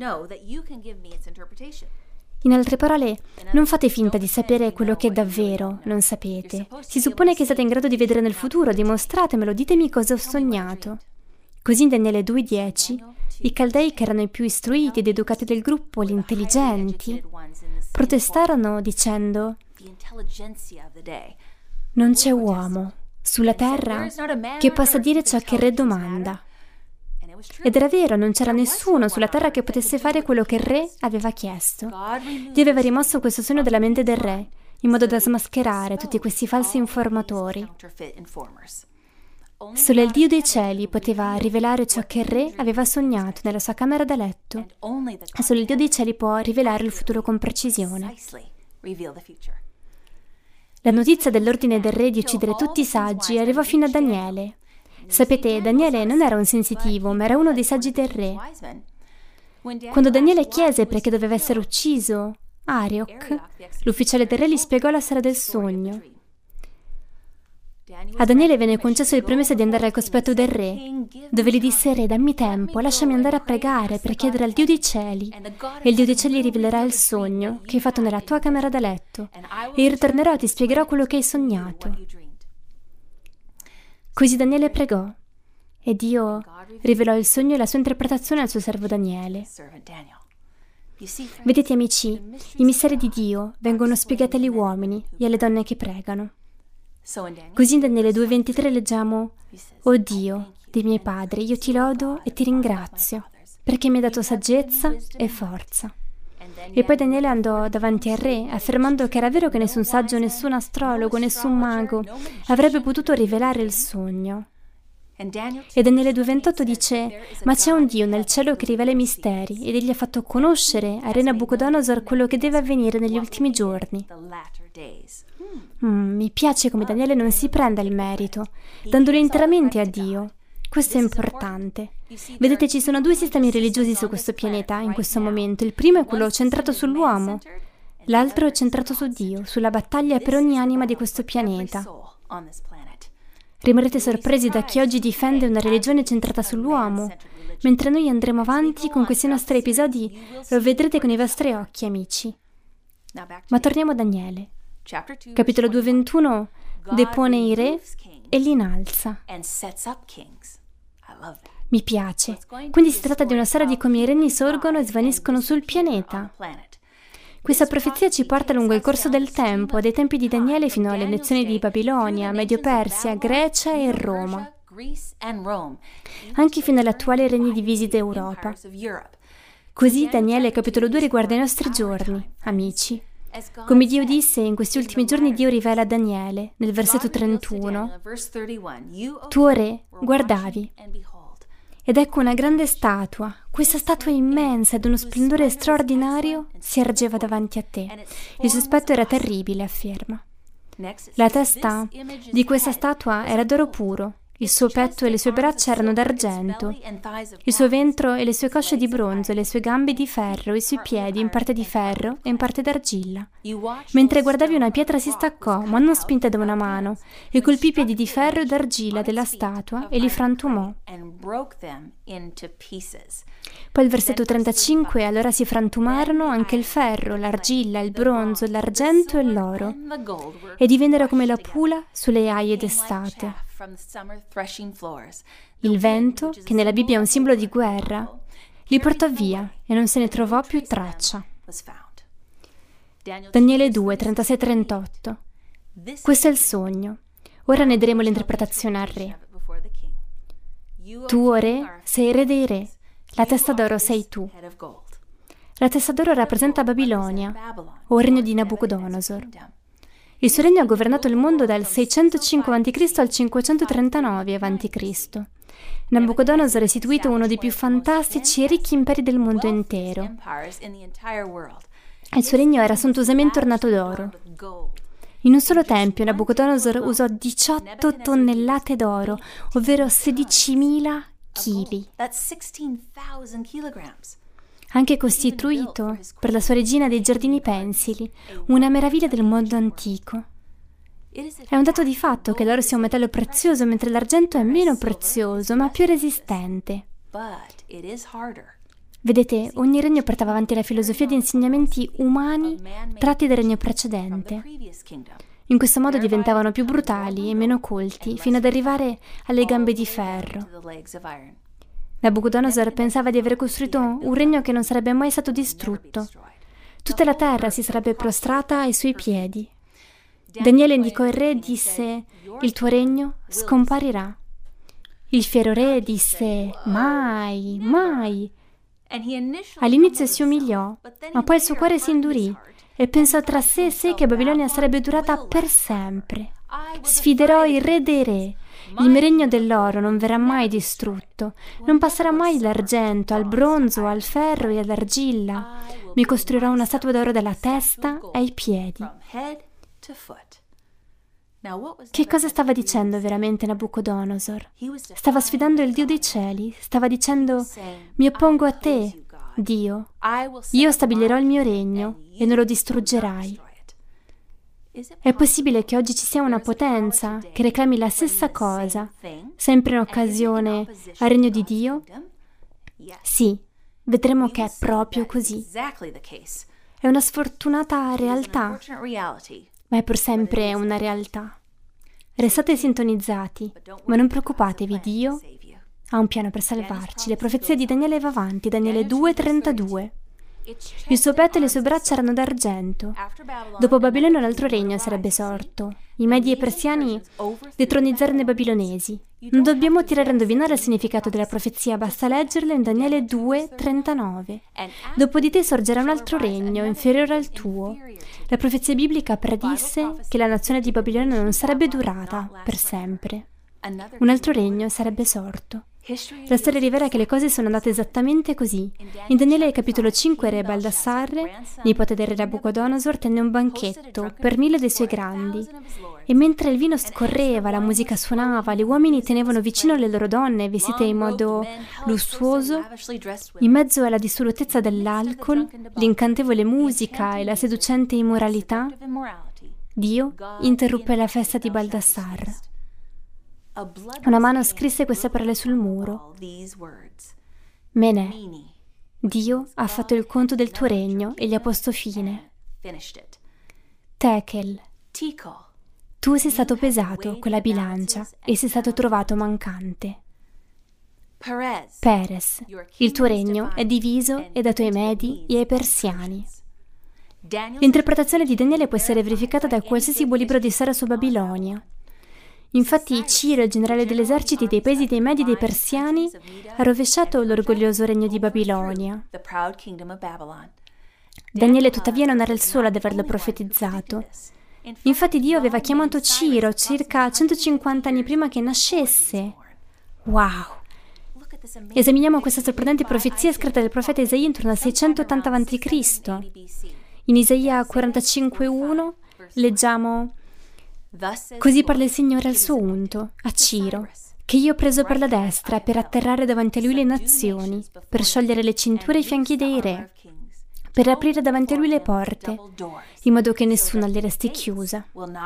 In altre parole, non fate finta di sapere quello che davvero non sapete. Si suppone che siate in grado di vedere nel futuro, dimostratemelo, ditemi cosa ho sognato. Così in Daniele due dieci, i Caldei, che erano i più istruiti ed educati del gruppo, gli intelligenti, protestarono dicendo: non c'è uomo sulla terra che possa dire ciò che il re domanda. Ed era vero, non c'era nessuno sulla terra che potesse fare quello che il re aveva chiesto. Dio aveva rimosso questo sogno dalla mente del re, in modo da smascherare tutti questi falsi informatori. Solo il Dio dei cieli poteva rivelare ciò che il re aveva sognato nella sua camera da letto, e solo il Dio dei cieli può rivelare il futuro con precisione. La notizia dell'ordine del re di uccidere tutti i saggi arrivò fino a Daniele. Sapete, Daniele non era un sensitivo, ma era uno dei saggi del re. Quando Daniele chiese perché doveva essere ucciso Arioc, l'ufficiale del re gli spiegò la storia del sogno. A Daniele venne concesso il permesso di andare al cospetto del re, dove gli disse: re, dammi tempo, lasciami andare a pregare per chiedere al Dio dei cieli, e il Dio dei cieli rivelerà il sogno che hai fatto nella tua camera da letto, e io ritornerò e ti spiegherò quello che hai sognato. Così Daniele pregò, e Dio rivelò il sogno e la sua interpretazione al suo servo Daniele. Vedete amici, i misteri di Dio vengono spiegati agli uomini e alle donne che pregano. Così in Daniele due ventitré leggiamo: «O Dio dei miei padri, io ti lodo e ti ringrazio, perché mi hai dato saggezza e forza». E poi Daniele andò davanti al re, affermando che era vero che nessun saggio, nessun astrologo, nessun mago avrebbe potuto rivelare il sogno. E Daniele due ventotto dice: «Ma c'è un Dio nel cielo che rivela i misteri, ed egli ha fatto conoscere a re Nabucodonosor quello che deve avvenire negli ultimi giorni». Mm, mi piace come Daniele non si prenda il merito, dandolo interamente a Dio. Questo è importante. Vedete, ci sono due sistemi religiosi su questo pianeta in questo momento. Il primo è quello centrato sull'uomo, l'altro è centrato su Dio, sulla battaglia per ogni anima di questo pianeta. Rimarrete sorpresi da chi oggi difende una religione centrata sull'uomo. Mentre noi andremo avanti con questi nostri episodi, lo vedrete con i vostri occhi, amici. Ma torniamo a Daniele. Capitolo due ventuno depone i re e li innalza. Mi piace. Quindi si tratta di una storia di come i regni sorgono e svaniscono sul pianeta. Questa profezia ci porta lungo il corso del tempo, dai tempi di Daniele fino alle nazioni di Babilonia, Medio Persia, Grecia e Roma, anche fino agli attuali regni divisi d'Europa. Così Daniele capitolo due riguarda i nostri giorni, amici. Come Dio disse, in questi ultimi giorni Dio rivela a Daniele, nel versetto trentuno: «Tu, o re, guardavi, ed ecco una grande statua, questa statua immensa ed uno splendore straordinario si ergeva davanti a te. Il suo aspetto era terribile», afferma. La testa di questa statua era d'oro puro, il suo petto e le sue braccia erano d'argento, il suo ventre e le sue cosce di bronzo, le sue gambe di ferro, i suoi piedi in parte di ferro e in parte d'argilla. Mentre guardavi, una pietra si staccò, ma non spinta da una mano, e colpì i piedi di ferro e d'argilla della statua e li frantumò. Poi il versetto trentacinque: «Allora si frantumarono anche il ferro, l'argilla, il bronzo, l'argento e l'oro, e divennero come la pula sulle aie d'estate». Il vento, che nella Bibbia è un simbolo di guerra, li portò via e non se ne trovò più traccia. Daniele due trentasei trentotto. Questo è il sogno. Ora ne daremo l'interpretazione al re. Tu, o re, sei re dei re. La testa d'oro sei tu. La testa d'oro rappresenta Babilonia, o regno di Nabucodonosor. Il suo regno ha governato il mondo dal seicentocinque avanti Cristo al cinquecentotrentanove avanti Cristo Nabucodonosor è istituito uno dei più fantastici e ricchi imperi del mondo intero. Il suo regno era sontuosamente ornato d'oro. In un solo tempio Nabucodonosor usò diciotto tonnellate d'oro, ovvero sedicimila chili. Anche costituito per la sua regina dei giardini pensili, una meraviglia del mondo antico. È un dato di fatto che l'oro sia un metallo prezioso, mentre l'argento è meno prezioso, ma più resistente. Vedete, ogni regno portava avanti la filosofia di insegnamenti umani tratti dal regno precedente. In questo modo diventavano più brutali e meno colti, fino ad arrivare alle gambe di ferro. Nabucodonosor pensava di aver costruito un regno che non sarebbe mai stato distrutto. Tutta la terra si sarebbe prostrata ai suoi piedi. Daniele indicò il re e disse: «Il tuo regno scomparirà». Il fiero re disse: «Mai, mai». All'inizio si umiliò, ma poi il suo cuore si indurì e pensò tra sé e sé che Babilonia sarebbe durata per sempre. «Sfiderò il re dei re. Il mio regno dell'oro non verrà mai distrutto, non passerà mai dall'argento al bronzo, al ferro e all'argilla. Mi costruirò una statua d'oro dalla testa ai piedi». Che cosa stava dicendo veramente Nabucodonosor? Stava sfidando il Dio dei cieli, stava dicendo: «Mi oppongo a te, Dio. Io stabilirò il mio regno e non lo distruggerai». È possibile che oggi ci sia una potenza che reclami la stessa cosa, sempre in occasione al regno di Dio? Sì, vedremo che è proprio così. È una sfortunata realtà, ma è pur sempre una realtà. Restate sintonizzati, ma non preoccupatevi, Dio ha un piano per salvarci. Le profezie di Daniele va avanti, Daniele due trentadue. Il suo petto e le sue braccia erano d'argento. Dopo Babilonia un altro regno sarebbe sorto. I Medi e i Persiani detronizzarono i babilonesi. Non dobbiamo tirare a indovinare il significato della profezia, basta leggerla in Daniele due trentanove. Dopo di te sorgerà un altro regno, inferiore al tuo. La profezia biblica predisse che la nazione di Babilonia non sarebbe durata per sempre. Un altro regno sarebbe sorto. La storia rivela che le cose sono andate esattamente così. In Daniele capitolo cinque, re Baldassarre, nipote del re Nabucodonosor, tenne un banchetto per mille dei suoi grandi. E mentre il vino scorreva, la musica suonava, gli uomini tenevano vicino le loro donne, vestite in modo lussuoso, in mezzo alla dissolutezza dell'alcol, l'incantevole musica e la seducente immoralità, Dio interruppe la festa di Baldassarre. Una mano scrisse queste parole sul muro. Menè, Dio ha fatto il conto del tuo regno e gli ha posto fine. Tekel, tu sei stato pesato con la bilancia e sei stato trovato mancante. Peres, il tuo regno è diviso e dato ai Medi e ai Persiani. L'interpretazione di Daniele può essere verificata da qualsiasi buon libro di storia su Babilonia. Infatti Ciro, il generale degli eserciti dei paesi dei Medi e dei Persiani, ha rovesciato l'orgoglioso regno di Babilonia. Daniele tuttavia non era il solo ad averlo profetizzato. Infatti Dio aveva chiamato Ciro circa centocinquanta anni prima che nascesse. Wow! Esaminiamo questa sorprendente profezia scritta dal profeta Isaia intorno al seicentottanta avanti Cristo In Isaia quarantacinque uno leggiamo: Così parla il Signore al suo unto, a Ciro, che io ho preso per la destra per atterrare davanti a lui le nazioni, per sciogliere le cinture ai fianchi dei re, per aprire davanti a lui le porte, in modo che nessuna le resti chiusa.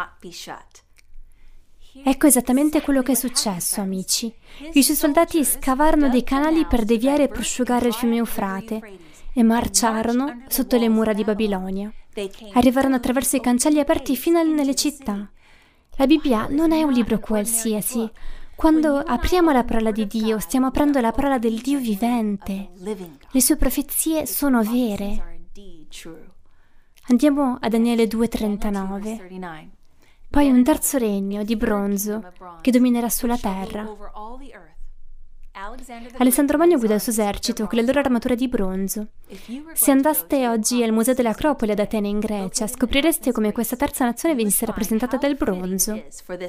Ecco esattamente quello che è successo, amici. I suoi soldati scavarono dei canali per deviare e prosciugare il fiume Eufrate e marciarono sotto le mura di Babilonia. Arrivarono attraverso i cancelli aperti fino nelle città. La Bibbia non è un libro qualsiasi. Quando apriamo la parola di Dio, stiamo aprendo la parola del Dio vivente. Le sue profezie sono vere. Andiamo a Daniele due trentanove. Poi un terzo regno di bronzo che dominerà sulla terra. Alessandro Magno guida il suo esercito con le loro armature di bronzo. Se andaste oggi al Museo dell'Acropoli ad Atene in Grecia, scoprireste come questa terza nazione venisse rappresentata dal bronzo.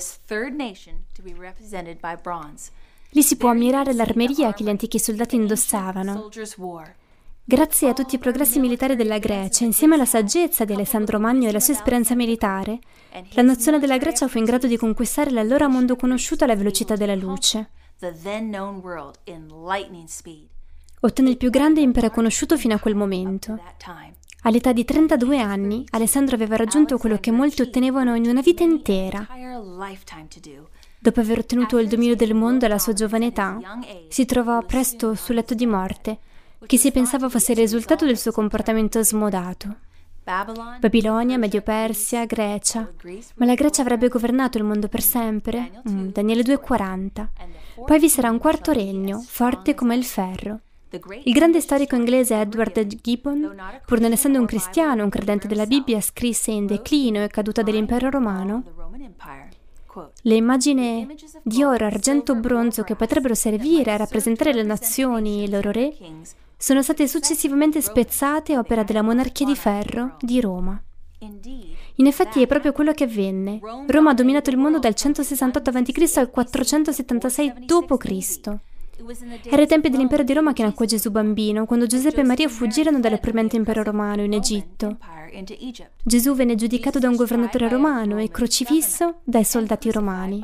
Lì si può ammirare l'armeria che gli antichi soldati indossavano. Grazie a tutti i progressi militari della Grecia, insieme alla saggezza di Alessandro Magno e alla sua esperienza militare, la nazione della Grecia fu in grado di conquistare l'allora mondo conosciuto alla velocità della luce. Ottenne il più grande impero conosciuto fino a quel momento. All'età di trentadue anni, Alessandro aveva raggiunto quello che molti ottenevano in una vita intera. Dopo aver ottenuto il dominio del mondo alla sua giovane età, si trovò presto sul letto di morte, che si pensava fosse il risultato del suo comportamento smodato. Babilonia, Medio Persia, Grecia. Ma la Grecia avrebbe governato il mondo per sempre? Mm, Daniele due quaranta. Poi vi sarà un quarto regno, forte come il ferro. Il grande storico inglese Edward Gibbon, pur non essendo un cristiano, un credente della Bibbia, scrisse in Declino e caduta dell'impero romano: le immagini di oro, argento o bronzo che potrebbero servire a rappresentare le nazioni e i loro re sono state successivamente spezzate a opera della monarchia di ferro di Roma. In effetti è proprio quello che avvenne. Roma ha dominato il mondo dal centosessantotto avanti Cristo al quattrocentosettantasei dopo Cristo Era ai tempi dell'impero di Roma che nacque Gesù bambino, quando Giuseppe e Maria fuggirono dall'opprimente impero romano in Egitto. Gesù venne giudicato da un governatore romano e crocifisso dai soldati romani.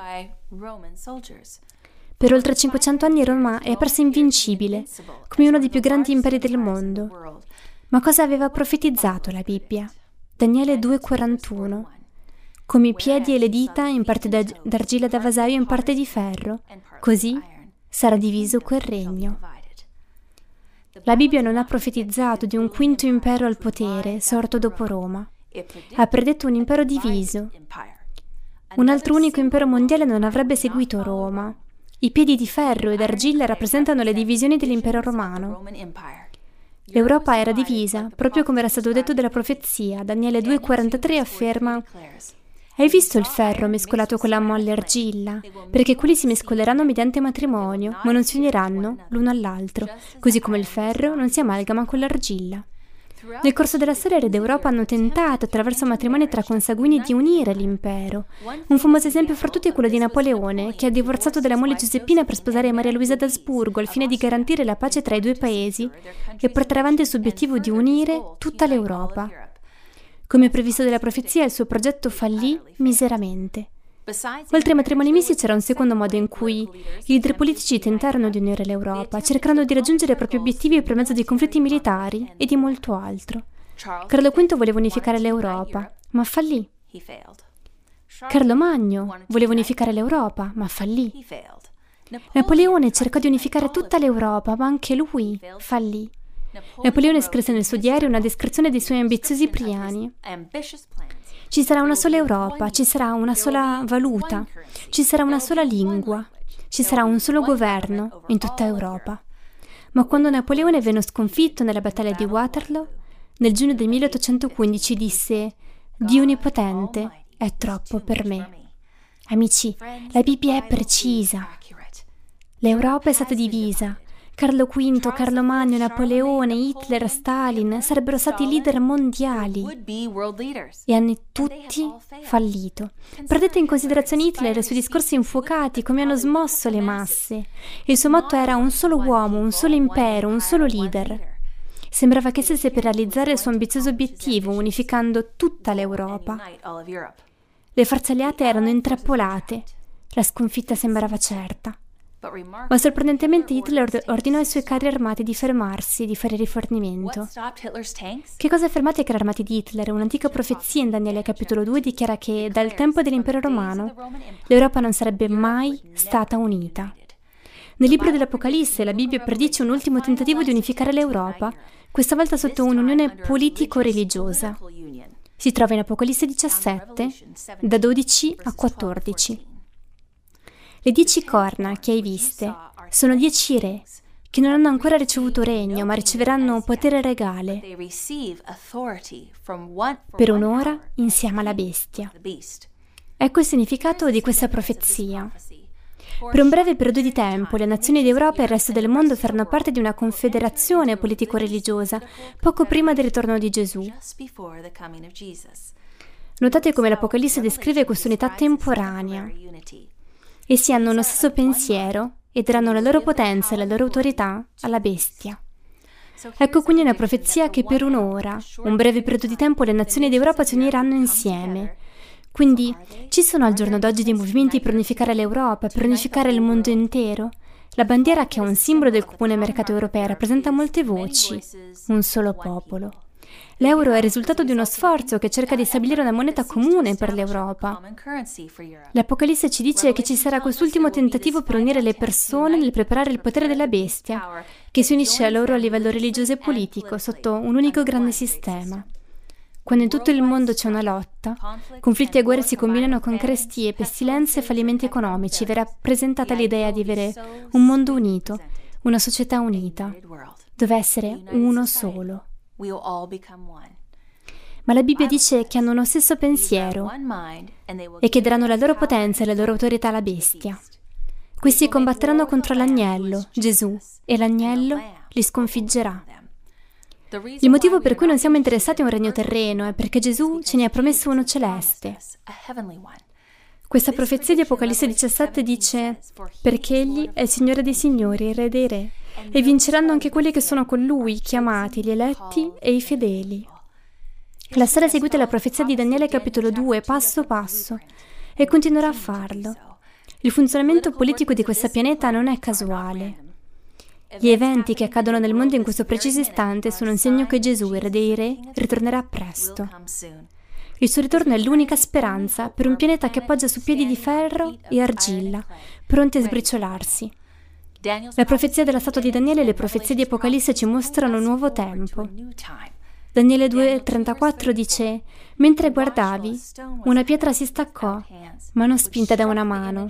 Per oltre cinquecento anni Roma è apparsa invincibile, come uno dei più grandi imperi del mondo. Ma cosa aveva profetizzato la Bibbia? Daniele due quarantuno. Come i piedi e le dita, in parte d'argilla da vasaio e in parte di ferro, così sarà diviso quel regno. La Bibbia non ha profetizzato di un quinto impero al potere, sorto dopo Roma. Ha predetto un impero diviso. Un altro unico impero mondiale non avrebbe seguito Roma. I piedi di ferro ed argilla rappresentano le divisioni dell'impero romano. L'Europa era divisa, proprio come era stato detto della profezia. Daniele due quarantatré afferma: hai visto il ferro mescolato con la molle argilla? Perché quelli si mescoleranno mediante matrimonio, ma non si uniranno l'uno all'altro, così come il ferro non si amalgama con l'argilla. Nel corso della storia i re d'Europa hanno tentato, attraverso matrimoni tra consanguini, di unire l'impero. Un famoso esempio fra tutti è quello di Napoleone, che ha divorzato dalla moglie Giuseppina per sposare Maria Luisa d'Asburgo, al fine di garantire la pace tra i due paesi e portare avanti il suo obiettivo di unire tutta l'Europa. Come previsto dalla profezia, il suo progetto fallì miseramente. Oltre ai matrimoni misti c'era un secondo modo in cui i leader politici tentarono di unire l'Europa, cercando di raggiungere i propri obiettivi per mezzo di conflitti militari e di molto altro. Carlo quinto voleva unificare l'Europa, ma fallì. Carlo Magno voleva unificare l'Europa, ma fallì. Napoleone cercò di unificare tutta l'Europa, ma anche lui fallì. Napoleone scrisse nel suo diario una descrizione dei suoi ambiziosi piani. Ci sarà una sola Europa, ci sarà una sola valuta, ci sarà una sola lingua, ci sarà un solo governo in tutta Europa. Ma quando Napoleone venne sconfitto nella battaglia di Waterloo, nel giugno del milleottocentoquindici disse: Dio onnipotente è troppo per me. Amici, la Bibbia è precisa. L'Europa è stata divisa. Carlo quinto, Carlo Magno, Napoleone, Hitler, Stalin sarebbero stati leader mondiali e hanno tutti fallito. Prendete in considerazione Hitler e i suoi discorsi infuocati, come hanno smosso le masse. Il suo motto era un solo uomo, un solo impero, un solo leader. Sembrava che stesse per realizzare il suo ambizioso obiettivo, unificando tutta l'Europa. Le forze alleate erano intrappolate, la sconfitta sembrava certa. Ma sorprendentemente Hitler ordinò ai suoi carri armati di fermarsi e di fare rifornimento. Che cosa ha fermato i carri armati di Hitler? Un'antica profezia in Daniele capitolo due dichiara che dal tempo dell'impero romano l'Europa non sarebbe mai stata unita. Nel libro dell'Apocalisse la Bibbia predice un ultimo tentativo di unificare l'Europa, questa volta sotto un'unione politico-religiosa. Si trova in Apocalisse diciassette, da dodici a quattordici. Le dieci corna che hai viste sono dieci re che non hanno ancora ricevuto regno, ma riceveranno potere regale per un'ora insieme alla bestia. Ecco il significato di questa profezia. Per un breve periodo di tempo, le nazioni d'Europa e il resto del mondo faranno parte di una confederazione politico-religiosa poco prima del ritorno di Gesù. Notate come l'Apocalisse descrive questa unità temporanea. Essi hanno uno stesso pensiero e daranno la loro potenza e la loro autorità alla bestia. Ecco quindi una profezia che per un'ora, un breve periodo di tempo, le nazioni d'Europa si uniranno insieme. Quindi ci sono al giorno d'oggi dei movimenti per unificare l'Europa, per unificare il mondo intero. La bandiera, che è un simbolo del comune mercato europeo, rappresenta molte voci, un solo popolo. L'euro è il risultato di uno sforzo che cerca di stabilire una moneta comune per l'Europa. L'Apocalisse ci dice che ci sarà quest'ultimo tentativo per unire le persone nel preparare il potere della bestia, che si unisce a loro a livello religioso e politico sotto un unico grande sistema. Quando in tutto il mondo c'è una lotta, conflitti e guerre si combinano con carestie, pestilenze e fallimenti economici, verrà presentata l'idea di avere un mondo unito, una società unita, dove essere uno solo. Ma la Bibbia dice che hanno uno stesso pensiero e che daranno la loro potenza e la loro autorità alla bestia. Questi combatteranno contro l'agnello, Gesù, e l'agnello li sconfiggerà. Il motivo per cui non siamo interessati a un regno terreno è perché Gesù ce ne ha promesso uno celeste. Questa profezia di Apocalisse diciassette dice: perché Egli è il Signore dei Signori, il Re dei Re, e vinceranno anche quelli che sono con Lui, chiamati, gli eletti e i fedeli. La storia seguita la profezia di Daniele capitolo due, passo passo, e continuerà a farlo. Il funzionamento politico di questo pianeta non è casuale. Gli eventi che accadono nel mondo in questo preciso istante sono un segno che Gesù, il Re dei Re, ritornerà presto. Il suo ritorno è l'unica speranza per un pianeta che poggia su piedi di ferro e argilla, pronti a sbriciolarsi. La profezia della statua di Daniele e le profezie di Apocalisse ci mostrano un nuovo tempo. Daniele due trentaquattro dice: mentre guardavi, una pietra si staccò, ma non spinta da una mano,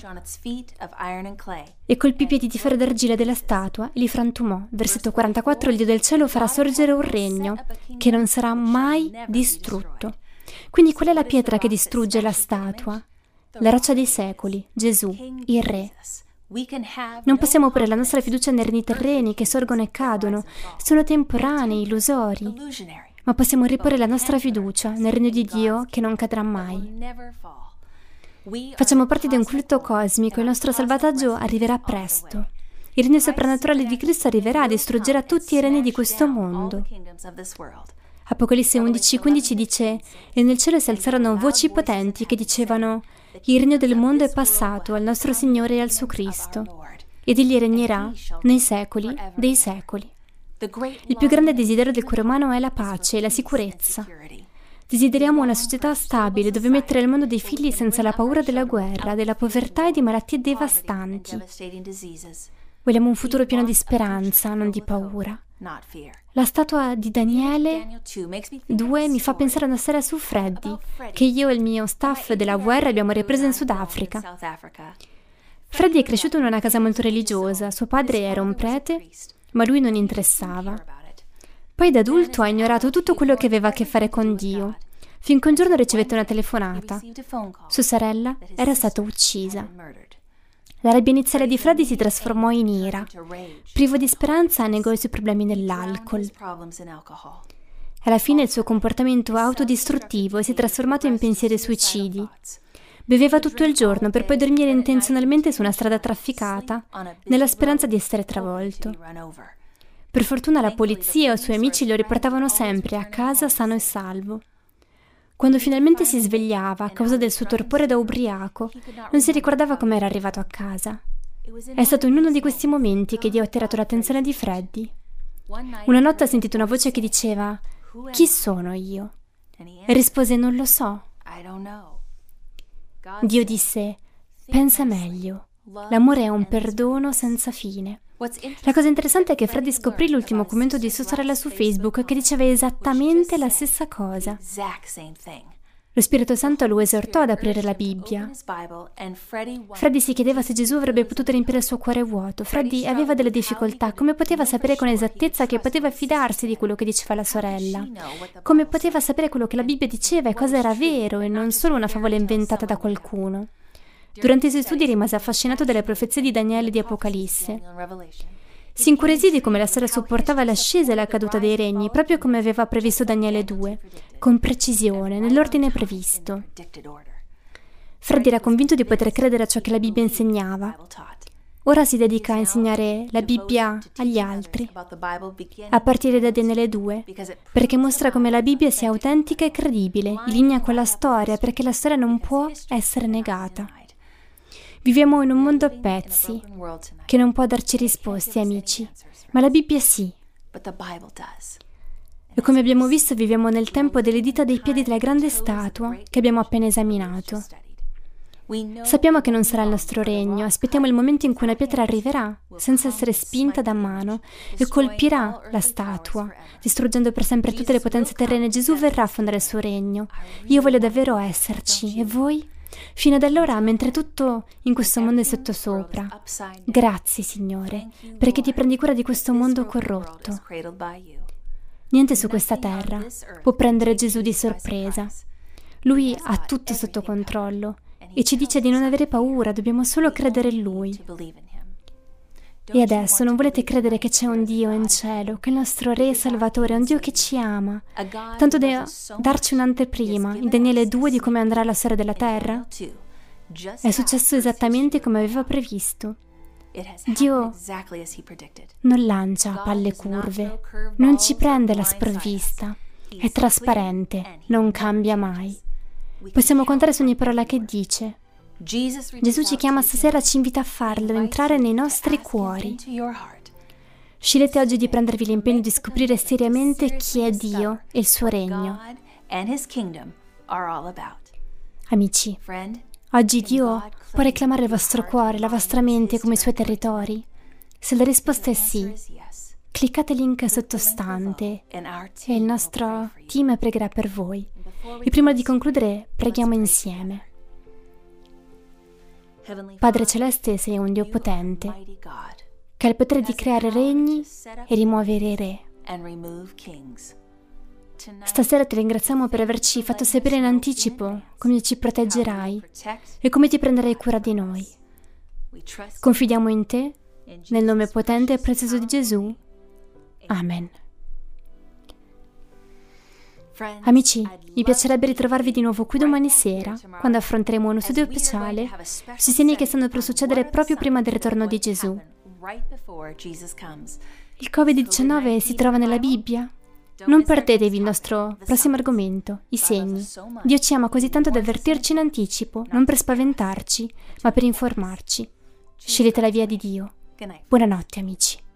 e colpì i piedi di ferro d'argilla della statua e li frantumò. Versetto quarantaquattro: il Dio del cielo farà sorgere un regno che non sarà mai distrutto. Quindi qual è la pietra che distrugge la statua? La roccia dei secoli, Gesù, il Re. Non possiamo porre la nostra fiducia nei regni terreni che sorgono e cadono, sono temporanei, illusori, ma possiamo riporre la nostra fiducia nel regno di Dio che non cadrà mai. Facciamo parte di un culto cosmico e il nostro salvataggio arriverà presto. Il regno soprannaturale di Cristo arriverà, distruggerà tutti i regni di questo mondo. Apocalisse undici quindici dice: e nel cielo si alzarono voci potenti che dicevano: il regno del mondo è passato al nostro Signore e al suo Cristo, ed egli regnerà nei secoli dei secoli. Il più grande desiderio del cuore umano è la pace e la sicurezza. Desideriamo una società stabile dove mettere al mondo dei figli senza la paura della guerra, della povertà e di malattie devastanti. Vogliamo un futuro pieno di speranza, non di paura. La statua di Daniele due mi fa pensare a una storia su Freddy, che io e il mio staff della U R abbiamo ripreso in Sudafrica. Freddy è cresciuto in una casa molto religiosa, suo padre era un prete, ma lui non interessava. Poi da adulto ha ignorato tutto quello che aveva a che fare con Dio, finché un giorno ricevette una telefonata. Sua sorella era stata uccisa. La rabbia iniziale di Freddy si trasformò in ira. Privo di speranza, negò i suoi problemi nell'alcol. Alla fine il suo comportamento autodistruttivo si è trasformato in pensieri suicidi. Beveva tutto il giorno per poi dormire intenzionalmente su una strada trafficata, nella speranza di essere travolto. Per fortuna la polizia o i suoi amici lo riportavano sempre a casa sano e salvo. Quando finalmente si svegliava, a causa del suo torpore da ubriaco, non si ricordava come era arrivato a casa. È stato in uno di questi momenti che Dio ha attirato l'attenzione di Freddy. Una notte ha sentito una voce che diceva: chi sono io? E rispose: non lo so. Dio disse: pensa meglio. L'amore è un perdono senza fine. La cosa interessante è che Freddy scoprì l'ultimo commento di sua sorella su Facebook che diceva esattamente la stessa cosa. Lo Spirito Santo lo esortò ad aprire la Bibbia. Freddy si chiedeva se Gesù avrebbe potuto riempire il suo cuore vuoto. Freddy aveva delle difficoltà. Come poteva sapere con esattezza che poteva fidarsi di quello che diceva la sorella? Come poteva sapere quello che la Bibbia diceva e cosa era vero e non solo una favola inventata da qualcuno? Durante i suoi studi rimase affascinato dalle profezie di Daniele e di Apocalisse. Si incuriosì di come la storia supportava l'ascesa e la caduta dei regni, proprio come aveva previsto Daniele due, con precisione, nell'ordine previsto. Freddy era convinto di poter credere a ciò che la Bibbia insegnava. Ora si dedica a insegnare la Bibbia agli altri, a partire da Daniele due, perché mostra come la Bibbia sia autentica e credibile, in linea con la storia, perché la storia non può essere negata. Viviamo in un mondo a pezzi, che non può darci risposte, amici, ma la Bibbia sì. E come abbiamo visto, viviamo nel tempo delle dita dei piedi della grande statua che abbiamo appena esaminato. Sappiamo che non sarà il nostro regno, aspettiamo il momento in cui una pietra arriverà, senza essere spinta da mano, e colpirà la statua, distruggendo per sempre tutte le potenze terrene. Gesù verrà a fondare il suo regno. Io voglio davvero esserci, e voi? Fino ad allora, mentre tutto in questo mondo è sottosopra. Grazie, Signore, perché ti prendi cura di questo mondo corrotto. Niente su questa terra può prendere Gesù di sorpresa. Lui ha tutto sotto controllo e ci dice di non avere paura, dobbiamo solo credere in Lui. E adesso non volete credere che c'è un Dio in cielo, che è il nostro Re Salvatore, un Dio che ci ama, tanto da darci un'anteprima in Daniele due di come andrà la storia della terra? È successo esattamente come aveva previsto. Dio non lancia palle curve, non ci prende la sprovvista, è trasparente, non cambia mai. Possiamo contare su ogni parola che dice. Gesù ci chiama stasera, ci invita a farlo entrare nei nostri cuori. Scegliete oggi di prendervi l'impegno di scoprire seriamente chi è Dio e il suo regno. Amici, oggi Dio può reclamare il vostro cuore, la vostra mente come i suoi territori? Se la risposta è sì, cliccate il link sottostante e il nostro team pregherà per voi. E prima di concludere, preghiamo insieme. Padre Celeste, sei un Dio potente, che ha il potere di creare regni e rimuovere i re. Stasera ti ringraziamo per averci fatto sapere in anticipo come ci proteggerai e come ti prenderai cura di noi. Confidiamo in te, nel nome potente e prezioso di Gesù. Amen. Amici, mi piacerebbe ritrovarvi di nuovo qui domani sera, quando affronteremo uno studio speciale sui segni che stanno per succedere proprio prima del ritorno di Gesù. Il covid diciannove si trova nella Bibbia? Non perdetevi il nostro prossimo argomento, i segni. Dio ci ama così tanto da avvertirci in anticipo, non per spaventarci, ma per informarci. Scegliete la via di Dio. Buonanotte, amici.